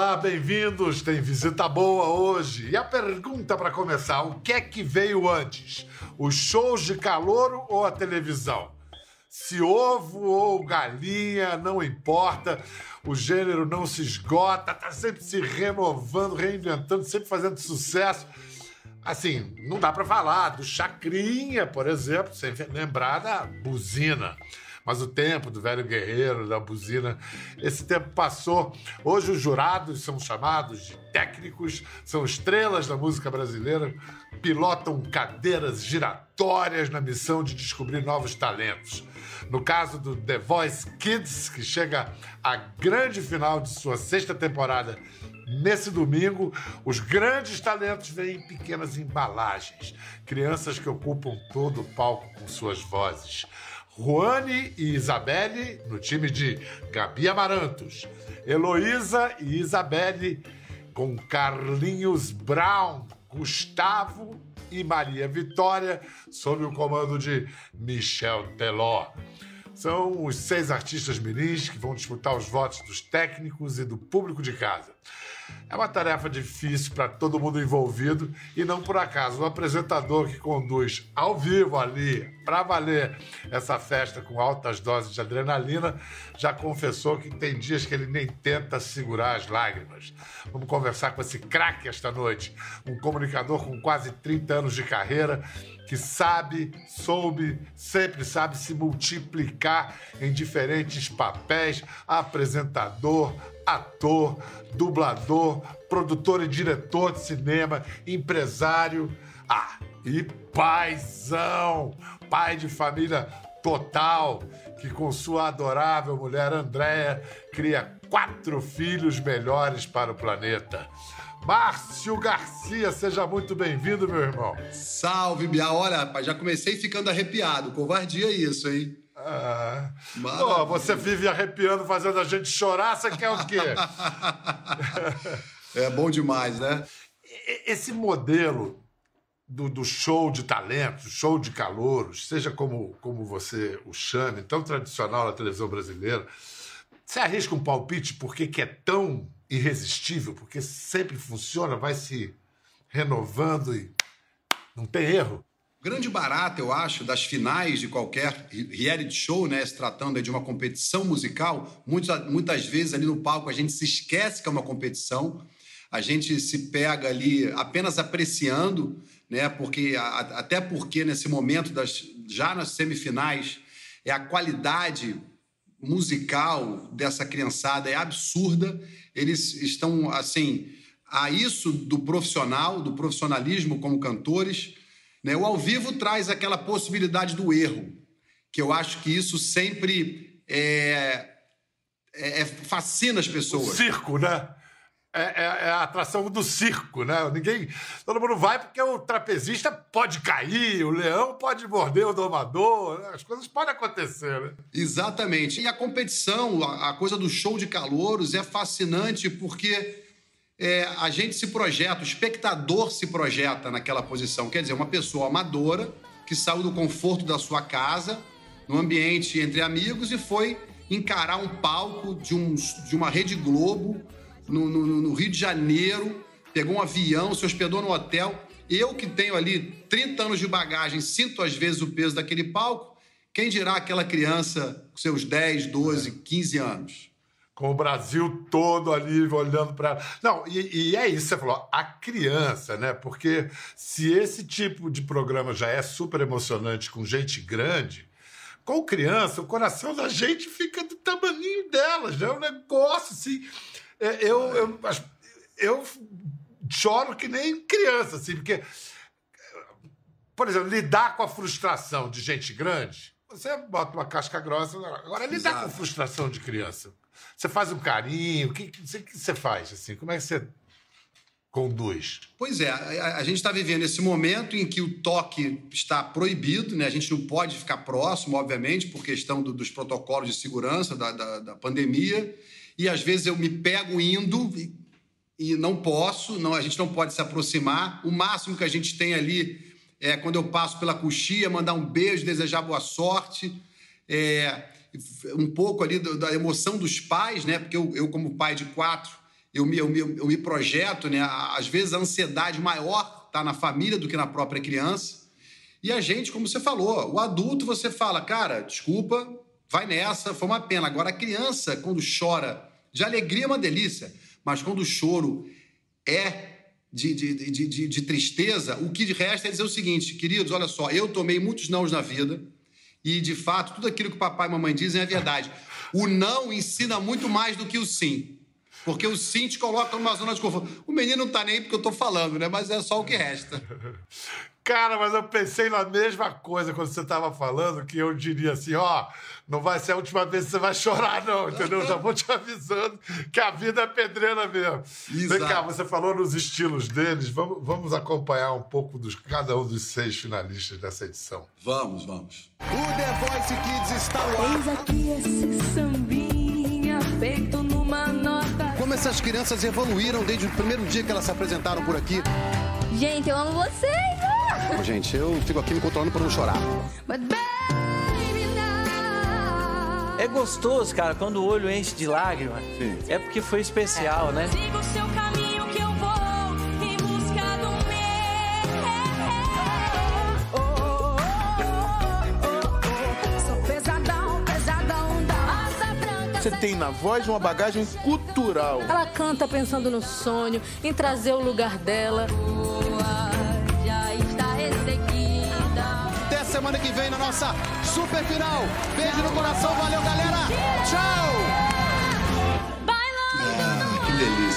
Olá, bem-vindos! Tem visita boa hoje. E a pergunta para começar, o que é que veio antes? Os shows de calouro ou a televisão? Se ovo ou galinha, não importa, o gênero não se esgota, tá sempre se renovando, reinventando, sempre fazendo sucesso. Assim, não dá para falar do Chacrinha, por exemplo, sem lembrar da buzina. Mas o tempo do velho guerreiro, da buzina, esse tempo passou. Hoje os jurados são chamados de técnicos, são estrelas da música brasileira, pilotam cadeiras giratórias na missão de descobrir novos talentos. No caso do The Voice Kids, que chega à grande final de sua 6ª temporada nesse domingo, os grandes talentos vêm em pequenas embalagens, crianças que ocupam todo o palco com suas vozes. Ruane e Isabelle, no time de Gabi Amarantos. Heloísa e Isabelle, com Carlinhos Brown, Gustavo e Maria Vitória, sob o comando de Michel Teló. São os 6 artistas mirins que vão disputar os votos dos técnicos e do público de casa. É uma tarefa difícil para todo mundo envolvido e não por acaso o apresentador que conduz ao vivo ali, para valer, essa festa com altas doses de adrenalina, já confessou que tem dias que ele nem tenta segurar as lágrimas. Vamos conversar com esse craque esta noite, um comunicador com quase 30 anos de carreira, que sempre sabe se multiplicar em diferentes papéis, apresentador, ator, dublador, produtor e diretor de cinema, empresário, e paizão, pai de família total, que com sua adorável mulher Andréia cria 4 filhos melhores para o planeta. Márcio Garcia, seja muito bem-vindo, meu irmão. Salve, Bial. Olha, rapaz, já comecei ficando arrepiado. Covardia isso, hein? Você vive arrepiando, fazendo a gente chorar, você quer o quê? É bom demais, né? Esse modelo do show de talentos, show de calouros, seja como você o chame, tão tradicional na televisão brasileira, você arrisca um palpite por que é tão irresistível, porque sempre funciona, vai se renovando e não tem erro? O grande barato, eu acho, das finais de qualquer reality show, né, se tratando de uma competição musical, muitas vezes ali no palco a gente se esquece que é uma competição, a gente se pega ali apenas apreciando, né, até porque nesse momento, já nas semifinais, a qualidade musical dessa criançada é absurda. Eles estão, assim, a isso do profissionalismo como cantores, né? O ao vivo traz aquela possibilidade do erro, que eu acho que isso sempre fascina as pessoas. O circo, né? É a atração do circo, né? Todo mundo vai porque o trapezista pode cair, o leão pode morder o domador, as coisas podem acontecer, né? Exatamente. E a competição, a coisa do show de calouros é fascinante porque a gente se projeta, o espectador se projeta naquela posição. Quer dizer, uma pessoa amadora que saiu do conforto da sua casa, no ambiente entre amigos, e foi encarar um palco de uma Rede Globo no Rio de Janeiro, pegou um avião, se hospedou no hotel. Eu que tenho ali 30 anos de bagagem, sinto às vezes o peso daquele palco. Quem dirá aquela criança com seus 10, 12, 15 anos? Com o Brasil todo ali olhando para ela. Não, e é isso que você falou, a criança, né? Porque se esse tipo de programa já é super emocionante com gente grande, com criança, o coração da gente fica do tamanho delas, né? É um negócio assim. Eu choro que nem criança, assim, porque, por exemplo, lidar com a frustração de gente grande, você bota uma casca grossa. Agora, lidar com a frustração de criança, você faz um carinho, o que você faz, assim? Como é que você conduz? Pois é, a gente está vivendo esse momento em que o toque está proibido, né? A gente não pode ficar próximo, obviamente, por questão dos protocolos de segurança da pandemia. E às vezes eu me pego indo e não posso, a gente não pode se aproximar. O máximo que a gente tem ali é quando eu passo pela coxia, mandar um beijo, desejar boa sorte. Um pouco ali da emoção dos pais, né? Porque eu como pai de 4, eu me projeto, né? Às vezes a ansiedade maior está na família do que na própria criança. E a gente, como você falou, o adulto você fala, cara, desculpa, vai nessa, foi uma pena. Agora a criança, quando chora, de alegria é uma delícia, mas quando o choro é de tristeza, o que resta é dizer o seguinte, queridos, olha só, eu tomei muitos nãos na vida e, de fato, tudo aquilo que o papai e mamãe dizem é verdade. O não ensina muito mais do que o sim. Porque o sim te coloca numa zona de conforto. O menino não tá nem aí porque eu tô falando, né? Mas é só o que resta. Cara, mas eu pensei na mesma coisa quando você estava falando, que eu diria assim, não vai ser a última vez que você vai chorar, não, entendeu? Já vou te avisando que a vida é pedreira mesmo. Exato. Vem cá, você falou nos estilos deles, vamos acompanhar um pouco cada um dos 6 finalistas dessa edição. Vamos. O The Voice Kids está no ar. Eis aqui esse sambinha feito numa nota. Como essas crianças evoluíram desde o primeiro dia que elas se apresentaram por aqui. Gente, eu amo vocês! Gente, eu fico aqui me controlando para não chorar. But baby, now. É gostoso, cara, quando o olho enche de lágrimas. Sim. É porque foi especial, né? Siga o seu caminho que eu vou em busca do meu. Sou pesadão da asa branca. Você tem na voz uma bagagem cultural. Ela canta pensando no sonho, em trazer o lugar dela. Já está resseguida. Até semana que vem na nossa super final. Beijo no coração, valeu galera. Tchau! Que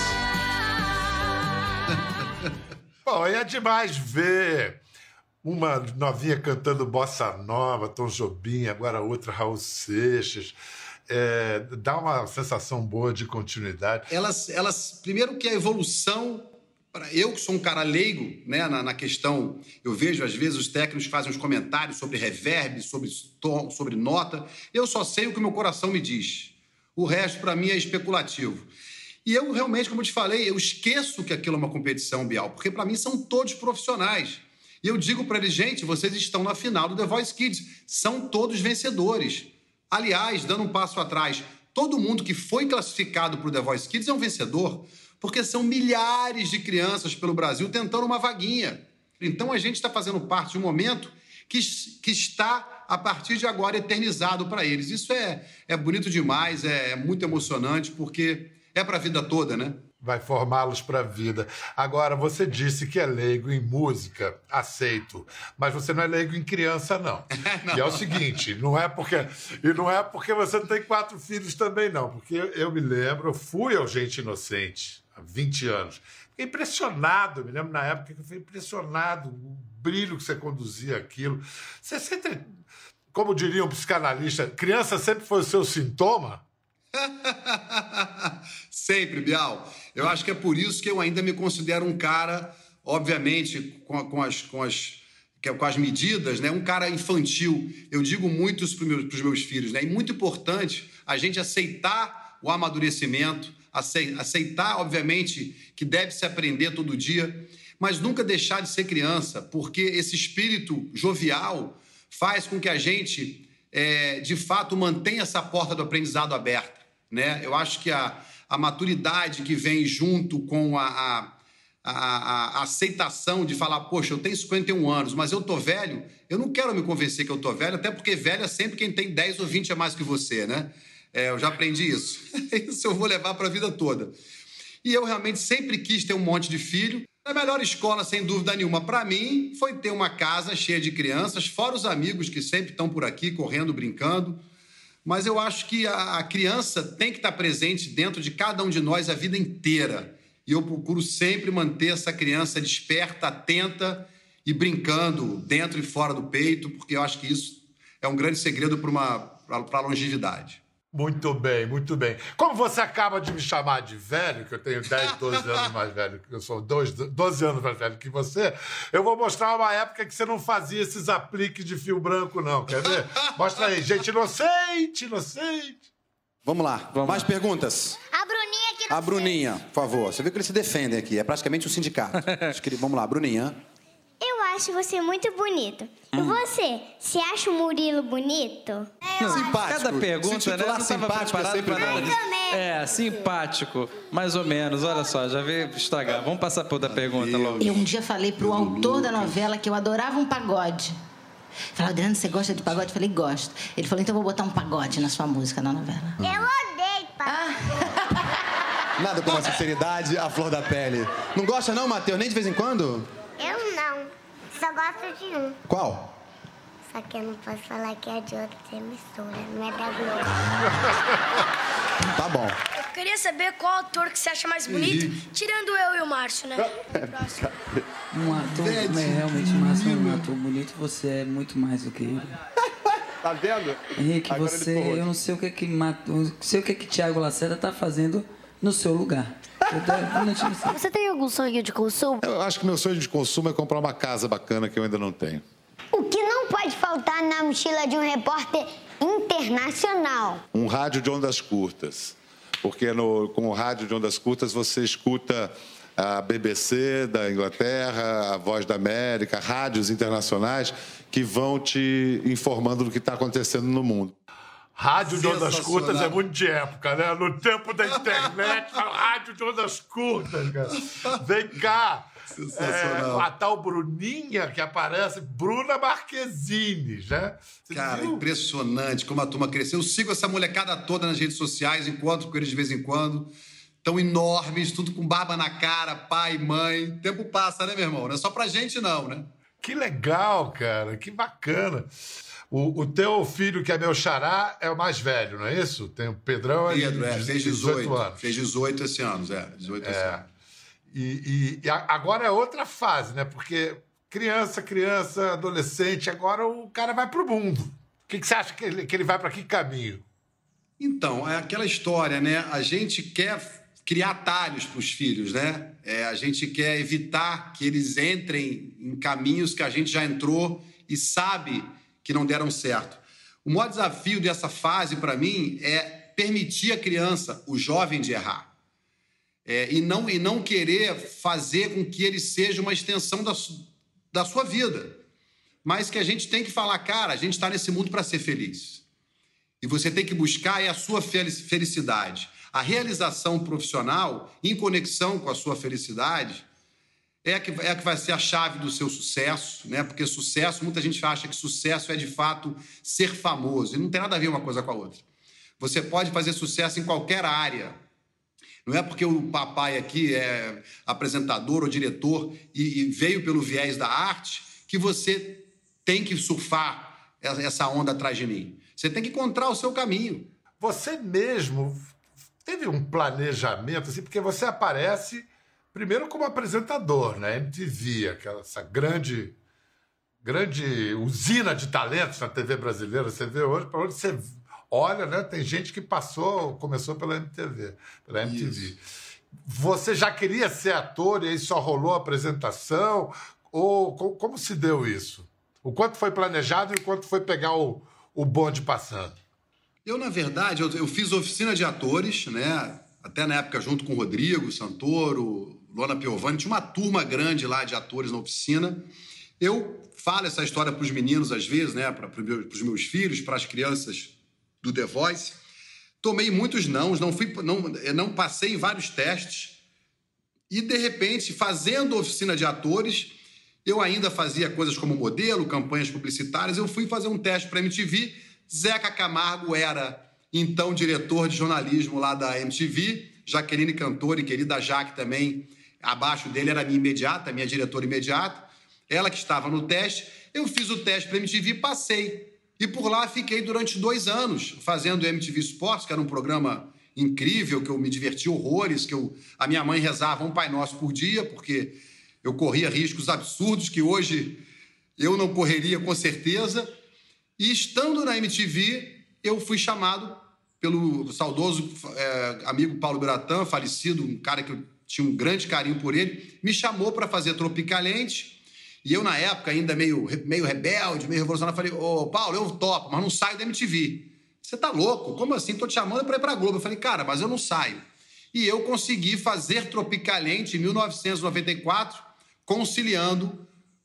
delícia. Bom, é demais ver uma novinha cantando bossa nova, Tom Jobim, agora outra Raul Seixas. Dá uma sensação boa de continuidade. Elas primeiro que a evolução, eu que sou um cara leigo, né, na questão, eu vejo às vezes os técnicos fazem uns comentários sobre reverb, sobre tom, sobre nota, eu só sei o que o meu coração me diz. O resto, para mim, é especulativo. E eu realmente, como eu te falei, eu esqueço que aquilo é uma competição, Bial, porque para mim são todos profissionais. E eu digo para eles, gente, vocês estão na final do The Voice Kids, são todos vencedores. Aliás, dando um passo atrás, todo mundo que foi classificado para o The Voice Kids é um vencedor, porque são milhares de crianças pelo Brasil tentando uma vaguinha. Então a gente está fazendo parte de um momento que está, a partir de agora, eternizado para eles. Isso é bonito demais, é muito emocionante, porque é para a vida toda, né? Vai formá-los para a vida. Agora, você disse que é leigo em música, aceito, mas você não é leigo em criança, não. Não. E é o seguinte, não é porque você não tem 4 filhos também, não, porque eu me lembro, eu fui ao Gente Inocente há 20 anos. Fiquei impressionado, me lembro na época que eu fiquei impressionado, o brilho que você conduzia aquilo. Você sempre, como diria um psicanalista, criança sempre foi o seu sintoma? Sempre, Bial. Eu acho que é por isso que eu ainda me considero um cara, obviamente, com as medidas, né? Um cara infantil. Eu digo muito isso para os meus filhos, né? E muito importante a gente aceitar o amadurecimento, aceitar, obviamente, que deve se aprender todo dia, mas nunca deixar de ser criança, porque esse espírito jovial faz com que a gente, de fato, mantenha essa porta do aprendizado aberta, né? Eu acho que a maturidade que vem junto com a aceitação de falar, poxa, eu tenho 51 anos, mas eu tô velho, eu não quero me convencer que eu tô velho, até porque velho é sempre quem tem 10 ou 20 a mais que você, né? Eu já aprendi isso. Isso eu vou levar para a vida toda. E eu realmente sempre quis ter um monte de filho. A melhor escola, sem dúvida nenhuma, para mim, foi ter uma casa cheia de crianças, fora os amigos que sempre estão por aqui, correndo, brincando. Mas eu acho que a criança tem que estar presente dentro de cada um de nós a vida inteira. E eu procuro sempre manter essa criança desperta, atenta e brincando dentro e fora do peito, porque eu acho que isso é um grande segredo para a longevidade. Muito bem, muito bem. Como você acaba de me chamar de velho, que eu tenho 10, 12 anos mais velho, que eu sou 12 anos mais velho que você, eu vou mostrar uma época que você não fazia esses apliques de fio branco, não. Quer ver? Mostra aí. Gente inocente, inocente. Vamos lá. Mais perguntas? A Bruninha aqui no A Bruninha, por favor. Você viu que eles se defendem aqui. É praticamente um sindicato. Vamos lá, Bruninha. Eu acho você muito bonito. E você, acha o Murilo bonito? Simpático. Cada pergunta, Se titular né? Eu não estava simpático é preparado sempre para nada bom. disso. Simpático, mais ou menos. Olha só, já veio estragar. Vamos passar para outra pergunta logo. Eu um dia falei pro autor da novela que eu adorava um pagode. Falei, Adriano, você gosta de pagode? Eu falei, gosto. Ele falou, então eu vou botar um pagode na sua música, na novela. Eu odeio pagode. Nada como a sinceridade, a flor da pele. Não gosta não, Matheus? Nem de vez em quando? Eu não. Só gosto de um. Qual? Só que eu não posso falar que é de outra emissora, não é da Globo. Tá bom. Eu queria saber qual ator que você acha mais bonito, tirando eu e o Márcio, né? Um ator, realmente, o Márcio é um ator bonito, você é muito mais do que ele. Tá vendo? Henrique, eu não sei o que Thiago Lacerda tá fazendo no seu lugar. Você tem algum sonho de consumo? Eu acho que meu sonho de consumo é comprar uma casa bacana que eu ainda não tenho. O que não pode faltar na mochila de um repórter internacional? Um rádio de ondas curtas. Porque com o rádio de ondas curtas você escuta a BBC da Inglaterra, a Voz da América, rádios internacionais que vão te informando do que está acontecendo no mundo. Rádio de ondas curtas é muito de época, né? No tempo da internet, rádio de ondas curtas, cara. Vem cá. Sensacional. A tal Bruninha que aparece, Bruna Marquezine, né? Cara, impressionante como a turma cresceu. Eu sigo essa molecada toda nas redes sociais, encontro com eles de vez em quando. Tão enormes, tudo com barba na cara, pai, mãe. O tempo passa, né, meu irmão? Não é só pra gente, não, né? Que legal, cara. Que bacana. O teu filho, que é meu xará, é o mais velho, não é isso? Tem o Pedrão... Pedro, fez 18 anos. Fez 18 esse ano, 18 esse ano. E agora é outra fase, né? Porque criança, adolescente, agora o cara vai pro mundo. O que você acha que ele vai para que caminho? Então, é aquela história, né? A gente quer criar atalhos para os filhos, né? A gente quer evitar que eles entrem em caminhos que a gente já entrou e sabe que não deram certo. O maior desafio dessa fase, para mim, é permitir a criança, o jovem, de errar. E não querer fazer com que ele seja uma extensão da sua vida. Mas que a gente tem que falar, cara, a gente está nesse mundo para ser feliz. E você tem que buscar a sua felicidade. A realização profissional, em conexão com a sua felicidade, é a que vai ser a chave do seu sucesso, né? Porque sucesso, muita gente acha que sucesso é, de fato, ser famoso. E não tem nada a ver uma coisa com a outra. Você pode fazer sucesso em qualquer área. Não é porque o papai aqui é apresentador ou diretor e veio pelo viés da arte que você tem que surfar essa onda atrás de mim. Você tem que encontrar o seu caminho. Você mesmo teve um planejamento, assim, porque você aparece primeiro como apresentador, né? MTV, essa grande usina de talentos na TV brasileira. Você vê hoje, para onde você olha, né? Tem gente que começou pela MTV. Isso. Você já queria ser ator e aí só rolou a apresentação? Ou como se deu isso? O quanto foi planejado e o quanto foi pegar o bonde passando? Eu, na verdade, eu fiz oficina de atores, né? Até na época junto com o Rodrigo Santoro, Luana Piovani, tinha uma turma grande lá de atores na oficina. Eu falo essa história para os meninos às vezes, né? Para os meus filhos, para as crianças do The Voice. Tomei muitos não passei em vários testes. E, de repente, fazendo oficina de atores, eu ainda fazia coisas como modelo, campanhas publicitárias. Eu fui fazer um teste para a MTV. Zeca Camargo era, então, diretor de jornalismo lá da MTV. Jaqueline Cantor e querida Jaque também, abaixo dele era a minha diretora imediata. Ela que estava no teste. Eu fiz o teste para a MTV e passei. E por lá fiquei durante 2 anos fazendo MTV Sports, que era um programa incrível, que eu me diverti horrores, que a minha mãe rezava um Pai Nosso por dia, porque eu corria riscos absurdos que hoje eu não correria com certeza. E estando na MTV, eu fui chamado pelo saudoso amigo Paulo Biratã, falecido, um cara que eu tinha um grande carinho por ele, me chamou para fazer Tropicalente. E eu, na época, ainda meio rebelde, meio revolucionário, falei, ô, Paulo, eu topo, mas não saio da MTV. Você tá louco? Como assim? Tô te chamando para ir pra Globo. Eu falei, cara, mas eu não saio. E eu consegui fazer Tropicalente em 1994, conciliando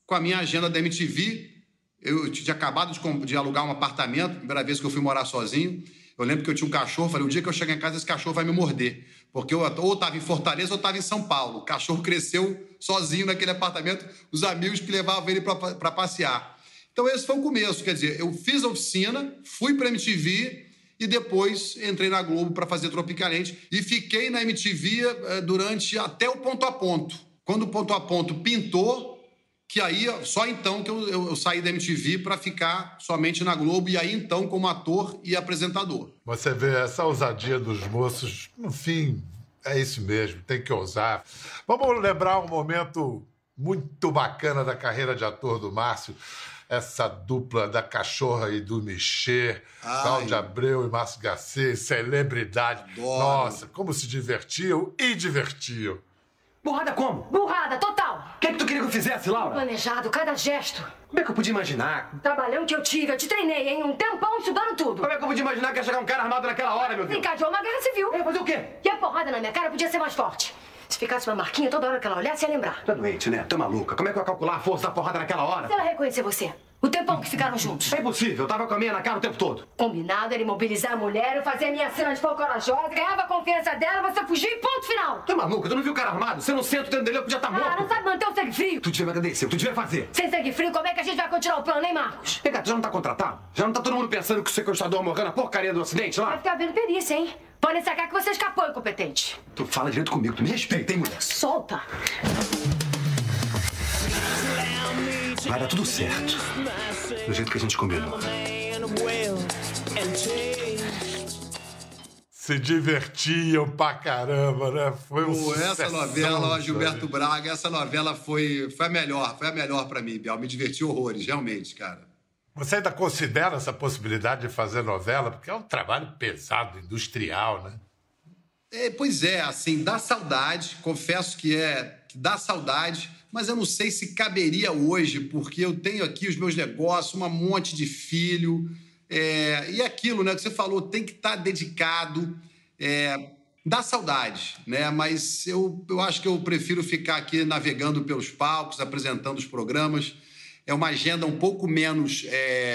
com a minha agenda da MTV. Eu tinha acabado de alugar um apartamento, primeira vez que eu fui morar sozinho. Eu lembro que eu tinha um cachorro, falei, o dia que eu chegar em casa, esse cachorro vai me morder. Porque eu ou estava em Fortaleza ou estava em São Paulo. O cachorro cresceu sozinho naquele apartamento, os amigos que levavam ele para passear. Então esse foi o começo, quer dizer, eu fiz a oficina, fui para a MTV e depois entrei na Globo para fazer Tropicalente e fiquei na MTV durante até o Ponto a Ponto. Quando o Ponto a Ponto pintou, que aí, só então que eu saí da MTV para ficar somente na Globo e aí então como ator e apresentador. Você vê essa ousadia dos moços, no fim, é isso mesmo, tem que ousar. Vamos lembrar um momento muito bacana da carreira de ator do Márcio, essa dupla da Cachorra e do Michê, Cláudia Abreu e Márcio Garcês, celebridade. Adoro. Nossa, como se divertiam e divertiam. Burrada como? Burrada, total. O que tu queria que eu fizesse, Laura? Planejado, cada gesto. Como é que eu podia imaginar? O trabalhão que eu tive, eu te treinei, hein? Um tempão estudando tudo. Como é que eu podia imaginar que ia chegar um cara armado naquela hora, meu Deus? Encadeou uma guerra civil. É, fazer o quê? E a porrada na minha cara podia ser mais forte. Se ficasse uma marquinha, toda hora que ela olhasse, ia lembrar. Tu é doente, né? Tu é maluca. Como é que eu ia calcular a força da porrada naquela hora? Se ela reconhecer você, o tempão que ficaram juntos. É impossível. Eu tava com a minha na cara o tempo todo. Combinado era imobilizar a mulher, eu fazia a minha cena de fogo corajosa, ganhava a confiança dela, você fugia e ponto final. Tu é maluca? Tu não viu o cara armado? Você não senta dentro dele, eu podia estar morto. Ah, não sabe manter o sangue frio. Tu devia me agradecer, tu devia fazer. Sem sangue frio, como é que a gente vai continuar o plano, hein, Marcos? Vem cá, tu já não tá contratado? Já não tá todo mundo pensando que o sequestrador morreu na porcaria do acidente lá? Vai ficar vendo perícia, hein? Podem sacar que você escapou, incompetente. Tu fala direito comigo, tu me respeita, hein, mulher? Solta. Vai dar tudo certo. Do jeito que a gente combinou. Se divertiam pra caramba, né? Foi um Essa sucessão, novela, Gilberto sabe? Braga, essa novela foi a melhor pra mim, Bial. Me diverti horrores, realmente, cara. Você ainda considera essa possibilidade de fazer novela? Porque é um trabalho pesado, industrial, né? Pois é, assim, dá saudade, confesso que dá saudade, mas eu não sei se caberia hoje, porque eu tenho aqui os meus negócios, um monte de filho, e aquilo, né, que você falou, tem que estar dedicado, dá saudade, né, mas eu acho que eu prefiro ficar aqui navegando pelos palcos, apresentando os programas, é uma agenda um pouco menos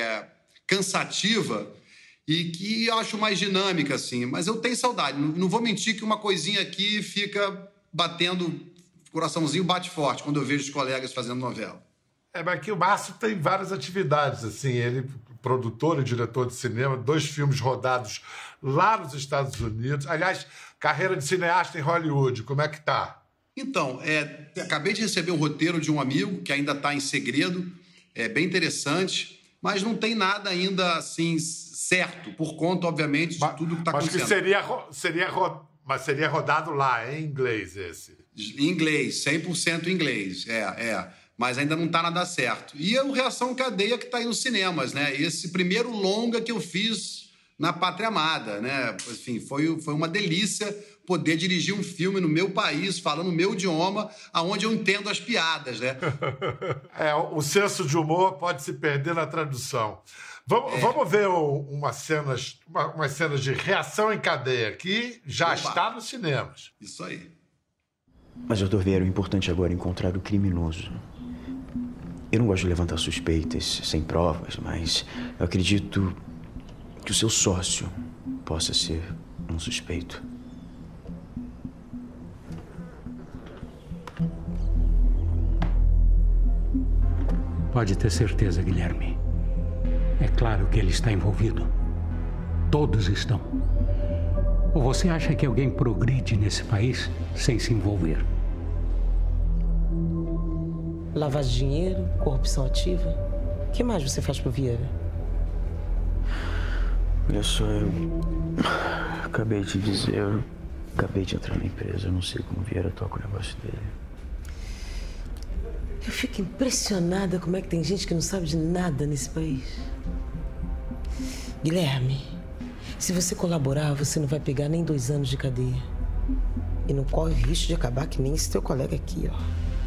cansativa, e que eu acho mais dinâmica, assim. Mas eu tenho saudade. Não vou mentir que uma coisinha aqui fica batendo, o coraçãozinho bate forte quando eu vejo os colegas fazendo novela. Mas aqui o Márcio tem várias atividades, assim. Ele, produtor e diretor de cinema, 2 filmes rodados lá nos Estados Unidos. Aliás, carreira de cineasta em Hollywood, como é que tá? Então, acabei de receber um roteiro de um amigo que ainda está em segredo. É bem interessante, mas não tem nada ainda, assim, certo, por conta, obviamente, de tudo que está acontecendo. Mas seria rodado lá, em inglês, esse? Em inglês, 100% em inglês, mas ainda não está nada certo. E o Reação Cadeia que está aí nos cinemas, né? Esse primeiro longa que eu fiz na Pátria Amada, né? Enfim, foi uma delícia poder dirigir um filme no meu país, falando o meu idioma, aonde eu entendo as piadas, né? O senso de humor pode se perder na tradução. Vamos ver umas cenas de Reação em Cadeia, que já está nos cinemas. Isso aí. Mas, doutor Vieira, o importante agora é encontrar o criminoso. Eu não gosto de levantar suspeitas sem provas, mas eu acredito que o seu sócio possa ser um suspeito. Pode ter certeza, Guilherme. É claro que ele está envolvido. Todos estão. Ou você acha que alguém progride nesse país sem se envolver? Lavagem de dinheiro, corrupção ativa. O que mais você faz pro Vieira? Olha só, eu acabei de dizer, eu acabei de entrar na empresa, eu não sei como o Vieira toca o negócio dele. Eu fico impressionada como é que tem gente que não sabe de nada nesse país. Guilherme, se você colaborar, você não vai pegar nem 2 anos de cadeia. E não corre o risco de acabar que nem esse teu colega aqui, ó.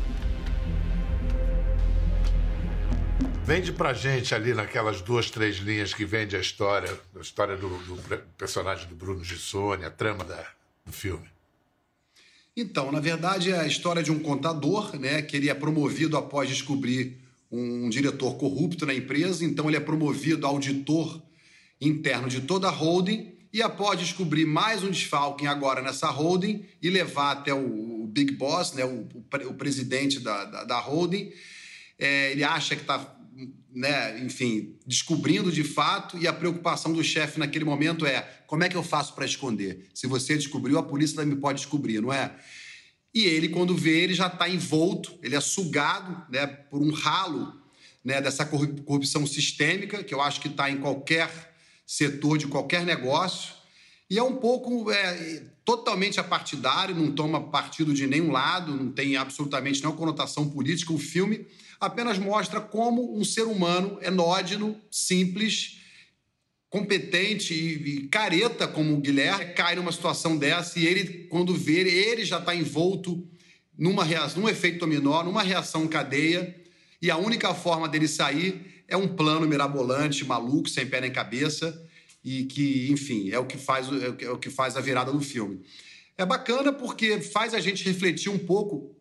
Vende pra gente ali naquelas 2, 3 linhas que vende a história do personagem do Bruno Gissoni, a trama do filme. Então, na verdade, é a história de um contador, né, que ele é promovido após descobrir um diretor corrupto na empresa, então ele é promovido a auditor interno de toda a holding e após descobrir mais um desfalque agora nessa holding e levar até o Big Boss, né, o presidente da holding, ele acha que está, né, enfim, descobrindo de fato, e a preocupação do chefe naquele momento é: como é que eu faço para esconder? Se você descobriu, a polícia também pode descobrir, não é? E ele, quando vê, ele já está envolto, ele é sugado, né, por um ralo, né, dessa corrupção sistêmica, que eu acho que está em qualquer setor de qualquer negócio, e é um pouco totalmente apartidário, não toma partido de nenhum lado, não tem absolutamente nenhuma conotação política. O filme apenas mostra como um ser humano anódino, simples, competente e careta como o Guilherme cai numa situação dessa, e ele, quando vê, ele já está envolto num efeito dominó, numa reação em cadeia, e a única forma dele sair é um plano mirabolante, maluco, sem pé nem cabeça, e que, enfim, é o que faz a virada do filme. É bacana porque faz a gente refletir um pouco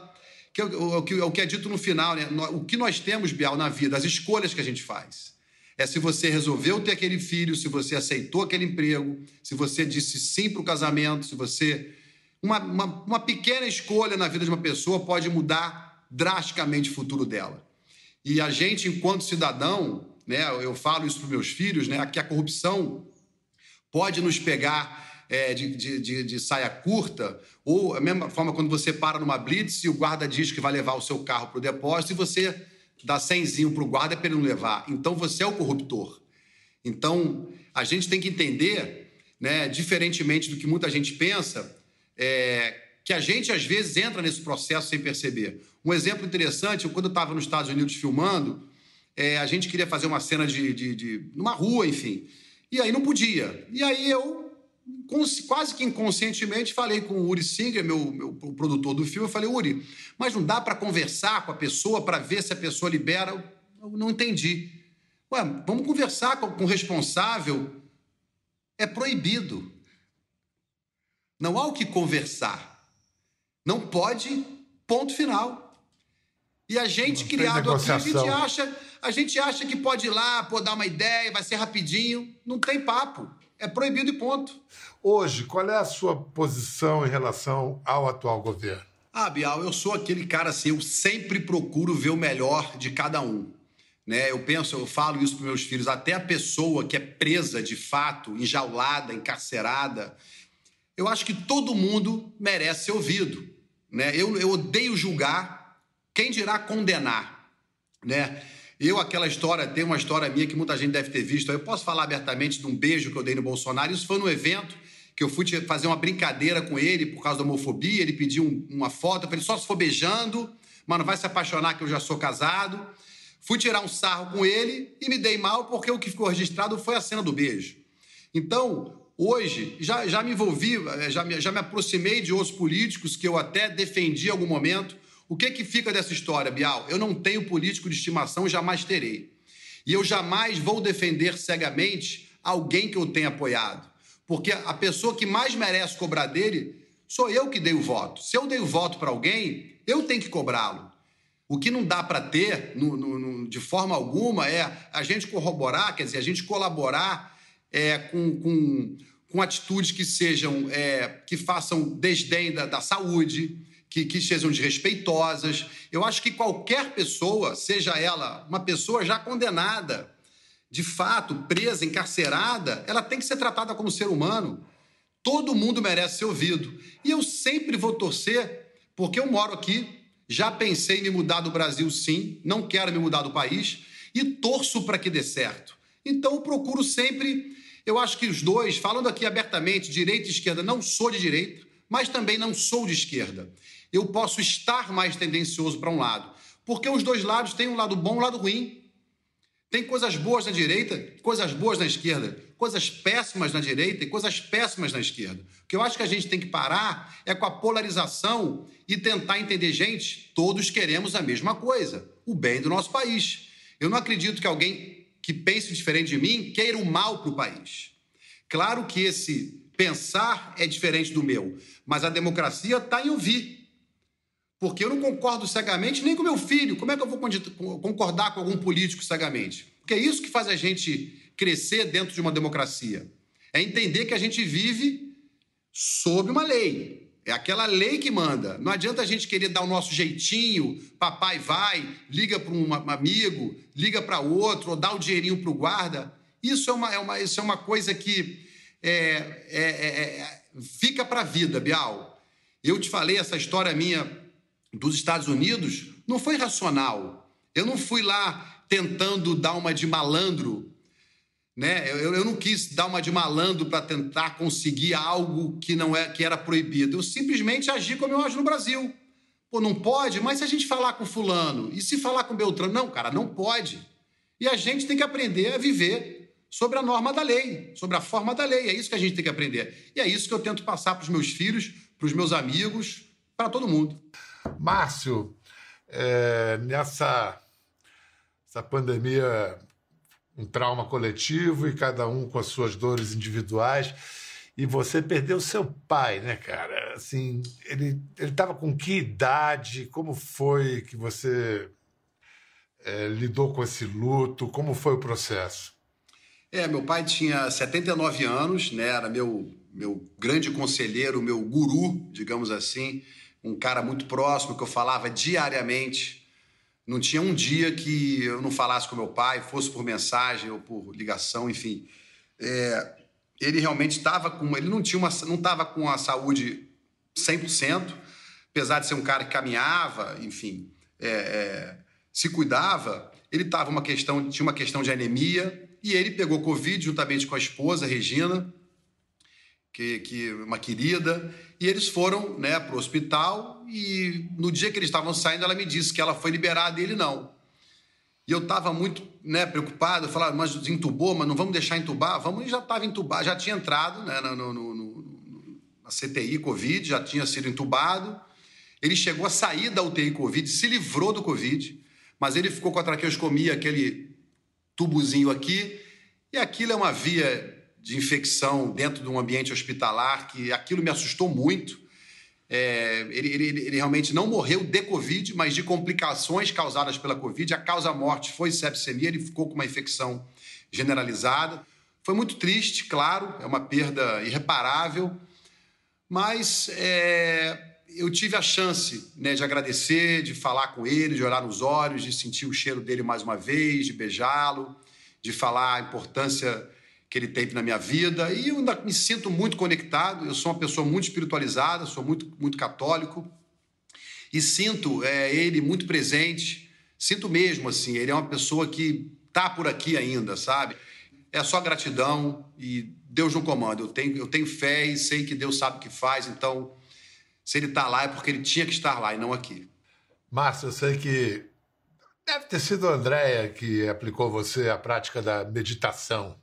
o que é dito no final, né? O que nós temos, Bial, na vida, as escolhas que a gente faz. É se você resolveu ter aquele filho, se você aceitou aquele emprego, se você disse sim para o casamento, se você... Uma pequena escolha na vida de uma pessoa pode mudar drasticamente o futuro dela. E a gente, enquanto cidadão, né, eu falo isso para os meus filhos, né, que a corrupção pode nos pegar de saia curta, ou a mesma forma quando você para numa blitz e o guarda diz que vai levar o seu carro para o depósito e você dá 100zinho para o guarda para ele não levar. Então você é o corruptor. Então a gente tem que entender, né, diferentemente do que muita gente pensa, que a gente, às vezes, entra nesse processo sem perceber. Um exemplo interessante, quando eu estava nos Estados Unidos filmando, a gente queria fazer uma cena numa rua, enfim, e aí não podia. E aí eu, quase que inconscientemente, falei com o Uri Singer, meu produtor do filme, eu falei: Uri, mas não dá para conversar com a pessoa para ver se a pessoa libera? Eu não entendi. Ué, vamos conversar com o responsável. É proibido. Não há o que conversar. Não pode, ponto final. E a gente, criado aqui, a gente acha que pode ir lá, dar uma ideia, vai ser rapidinho. Não tem papo. É proibido e ponto. Hoje, qual é a sua posição em relação ao atual governo? Bial, eu sou aquele cara assim, eu sempre procuro ver o melhor de cada um. Né? Eu falo isso para meus filhos, até a pessoa que é presa de fato, enjaulada, encarcerada, eu acho que todo mundo merece ser ouvido. Né? Eu odeio julgar, quem dirá condenar. Né? Tem uma história minha que muita gente deve ter visto. Eu posso falar abertamente de um beijo que eu dei no Bolsonaro. Isso foi num evento que eu fui fazer uma brincadeira com ele por causa da homofobia. Ele pediu uma foto, eu falei: só se for beijando, mas não vai se apaixonar que eu já sou casado. Fui tirar um sarro com ele e me dei mal porque o que ficou registrado foi a cena do beijo. Então, hoje, já me envolvi, já me aproximei de outros políticos que eu até defendi em algum momento. O que fica dessa história, Bial? Eu não tenho político de estimação, jamais terei. E eu jamais vou defender cegamente alguém que eu tenha apoiado. Porque a pessoa que mais merece cobrar dele sou eu que dei o voto. Se eu dei o voto para alguém, eu tenho que cobrá-lo. O que não dá para ter, de forma alguma, é a gente corroborar, quer dizer, a gente colaborar com atitudes que sejam, que façam desdém da saúde, que sejam desrespeitosas. Eu acho que qualquer pessoa, seja ela uma pessoa já condenada, de fato, presa, encarcerada, ela tem que ser tratada como ser humano. Todo mundo merece ser ouvido. E eu sempre vou torcer, porque eu moro aqui, já pensei em me mudar do Brasil, sim, não quero me mudar do país, e torço para que dê certo. Então eu procuro sempre, eu acho que os dois, falando aqui abertamente, direita e esquerda, não sou de direita, mas também não sou de esquerda. Eu posso estar mais tendencioso para um lado, porque os dois lados têm um lado bom e um lado ruim. Tem coisas boas na direita, coisas boas na esquerda, coisas péssimas na direita e coisas péssimas na esquerda. O que eu acho que a gente tem que parar é com a polarização e tentar entender, gente, todos queremos a mesma coisa, o bem do nosso país. Eu não acredito que alguém que pense diferente de mim queira o mal para o país. Claro que esse pensar é diferente do meu, mas a democracia está em ouvir. Porque eu não concordo cegamente nem com meu filho. Como é que eu vou concordar com algum político cegamente? Porque é isso que faz a gente crescer dentro de uma democracia. É entender que a gente vive sob uma lei. É aquela lei que manda. Não adianta a gente querer dar o nosso jeitinho, papai vai, liga para um amigo, liga para outro, ou dá o dinheirinho para o guarda. Isso é uma coisa que fica para a vida, Bial. Eu te falei, essa história minha dos Estados Unidos não foi racional. Eu não fui lá tentando dar uma de malandro, né? Eu não quis dar uma de malandro para tentar conseguir algo que era proibido. Eu simplesmente agi como eu ajo no Brasil. Pô, não pode? Mas se a gente falar com fulano e se falar com Beltrano? Não, cara, não pode. E a gente tem que aprender a viver sobre a norma da lei, sobre a forma da lei. É isso que a gente tem que aprender. E é isso que eu tento passar para os meus filhos, para os meus amigos, para todo mundo. Márcio, nessa pandemia, um trauma coletivo e cada um com as suas dores individuais. E você perdeu seu pai, né, cara? Assim, ele estava com que idade? Como foi que você lidou com esse luto? Como foi o processo? Meu pai tinha 79 anos, né? Era meu grande conselheiro, meu guru, digamos assim. Um cara muito próximo, que eu falava diariamente. Não tinha um dia que eu não falasse com meu pai, fosse por mensagem ou por ligação, enfim. Ele realmente estava com... Ele não estava com a saúde 100%, apesar de ser um cara que caminhava, enfim, se cuidava. Ele tinha uma questão de anemia e ele pegou Covid juntamente com a esposa, Regina, que uma querida, e eles foram, né, para o hospital e no dia que eles estavam saindo ela me disse que ela foi liberada e ele não. E eu estava muito, né, preocupado, eu falava, mas entubou, mas não vamos deixar entubar? Vamos, e já estava entubado, já tinha entrado, né, na CTI Covid, já tinha sido entubado. Ele chegou a sair da UTI Covid, se livrou do Covid, mas ele ficou com a traqueostomia, aquele tubozinho aqui, e aquilo é uma via de infecção dentro de um ambiente hospitalar, que aquilo me assustou muito. Ele realmente não morreu de Covid, mas de complicações causadas pela Covid. A causa-morte foi sepsemia, ele ficou com uma infecção generalizada. Foi muito triste, claro, é uma perda irreparável, mas eu tive a chance, né, de agradecer, de falar com ele, de olhar nos olhos, de sentir o cheiro dele mais uma vez, de beijá-lo, de falar a importância que ele teve na minha vida, e eu ainda me sinto muito conectado. Eu sou uma pessoa muito espiritualizada, sou muito, muito católico, e sinto ele muito presente, sinto mesmo, assim, ele é uma pessoa que está por aqui ainda, sabe? É só gratidão e Deus no comando. Eu tenho fé e sei que Deus sabe o que faz, então, se ele está lá é porque ele tinha que estar lá e não aqui. Márcio, eu sei que deve ter sido a Andréia que aplicou você à prática da meditação.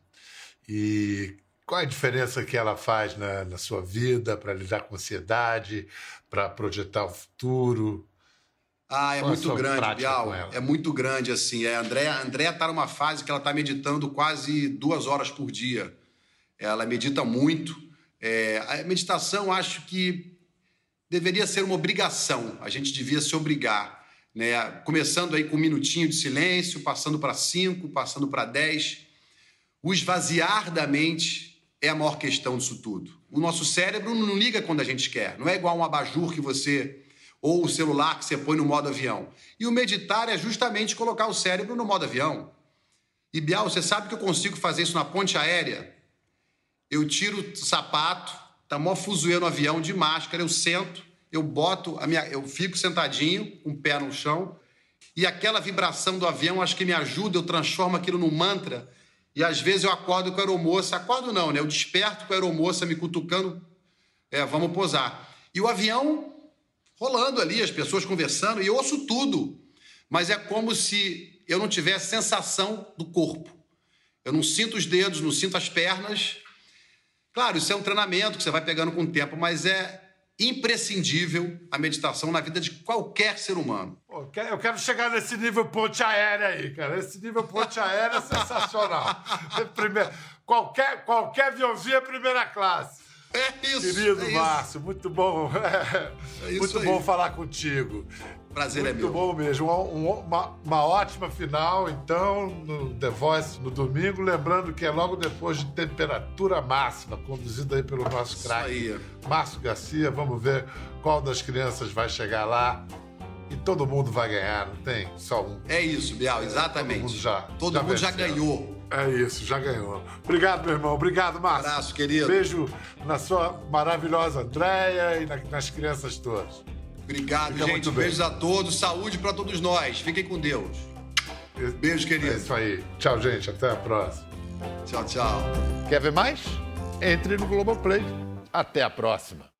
E qual é a diferença que ela faz na sua vida para lidar com ansiedade, para projetar o futuro? É muito grande, Bial. É muito grande, assim. A Andréia está numa fase que ela está meditando quase 2 horas por dia. Ela medita muito. A meditação, acho que deveria ser uma obrigação. A gente devia se obrigar, né? Começando aí com 1 minutinho de silêncio, passando para 5, passando para 10. O esvaziar da mente é a maior questão disso tudo. O nosso cérebro não liga quando a gente quer. Não é igual um abajur que você... ou o celular que você põe no modo avião. E o meditar é justamente colocar o cérebro no modo avião. E, Bial, você sabe que eu consigo fazer isso na ponte aérea? Eu tiro o sapato, tá mó fuzuê no avião, de máscara, eu sento, eu fico sentadinho, com o pé no chão, e aquela vibração do avião, acho que me ajuda, eu transformo aquilo num mantra. E às vezes eu acordo com a aeromoça, acordo não, né? Eu desperto com a aeromoça me cutucando, vamos pousar. E o avião rolando ali, as pessoas conversando, e eu ouço tudo. Mas é como se eu não tivesse sensação do corpo. Eu não sinto os dedos, não sinto as pernas. Claro, isso é um treinamento que você vai pegando com o tempo, mas é imprescindível a meditação na vida de qualquer ser humano. Eu quero chegar nesse nível ponte aérea aí, cara. Esse nível ponte aérea é sensacional. Qualquer aviãozinho é primeira classe. É isso. Querido Márcio, muito bom. Muito bom aí. falar contigo. Prazer é meu. Muito bom mesmo. Uma ótima final, então, no The Voice no domingo. Lembrando que é logo depois de Temperatura Máxima, conduzido aí pelo nosso craque Márcio Garcia. Vamos ver qual das crianças vai chegar lá. E todo mundo vai ganhar, não tem só um. É isso, Bial, exatamente. Todo mundo já ganhou. É isso, já ganhou. Obrigado, meu irmão. Obrigado, Márcio. Abraço, querido. Beijo na sua maravilhosa Andréia e nas crianças todas. Obrigado, Fica gente. Beijos a todos. Saúde pra todos nós. Fiquem com Deus. Beijo, querido. É isso aí. Tchau, gente. Até a próxima. Tchau, tchau. Quer ver mais? Entre no Globoplay. Até a próxima.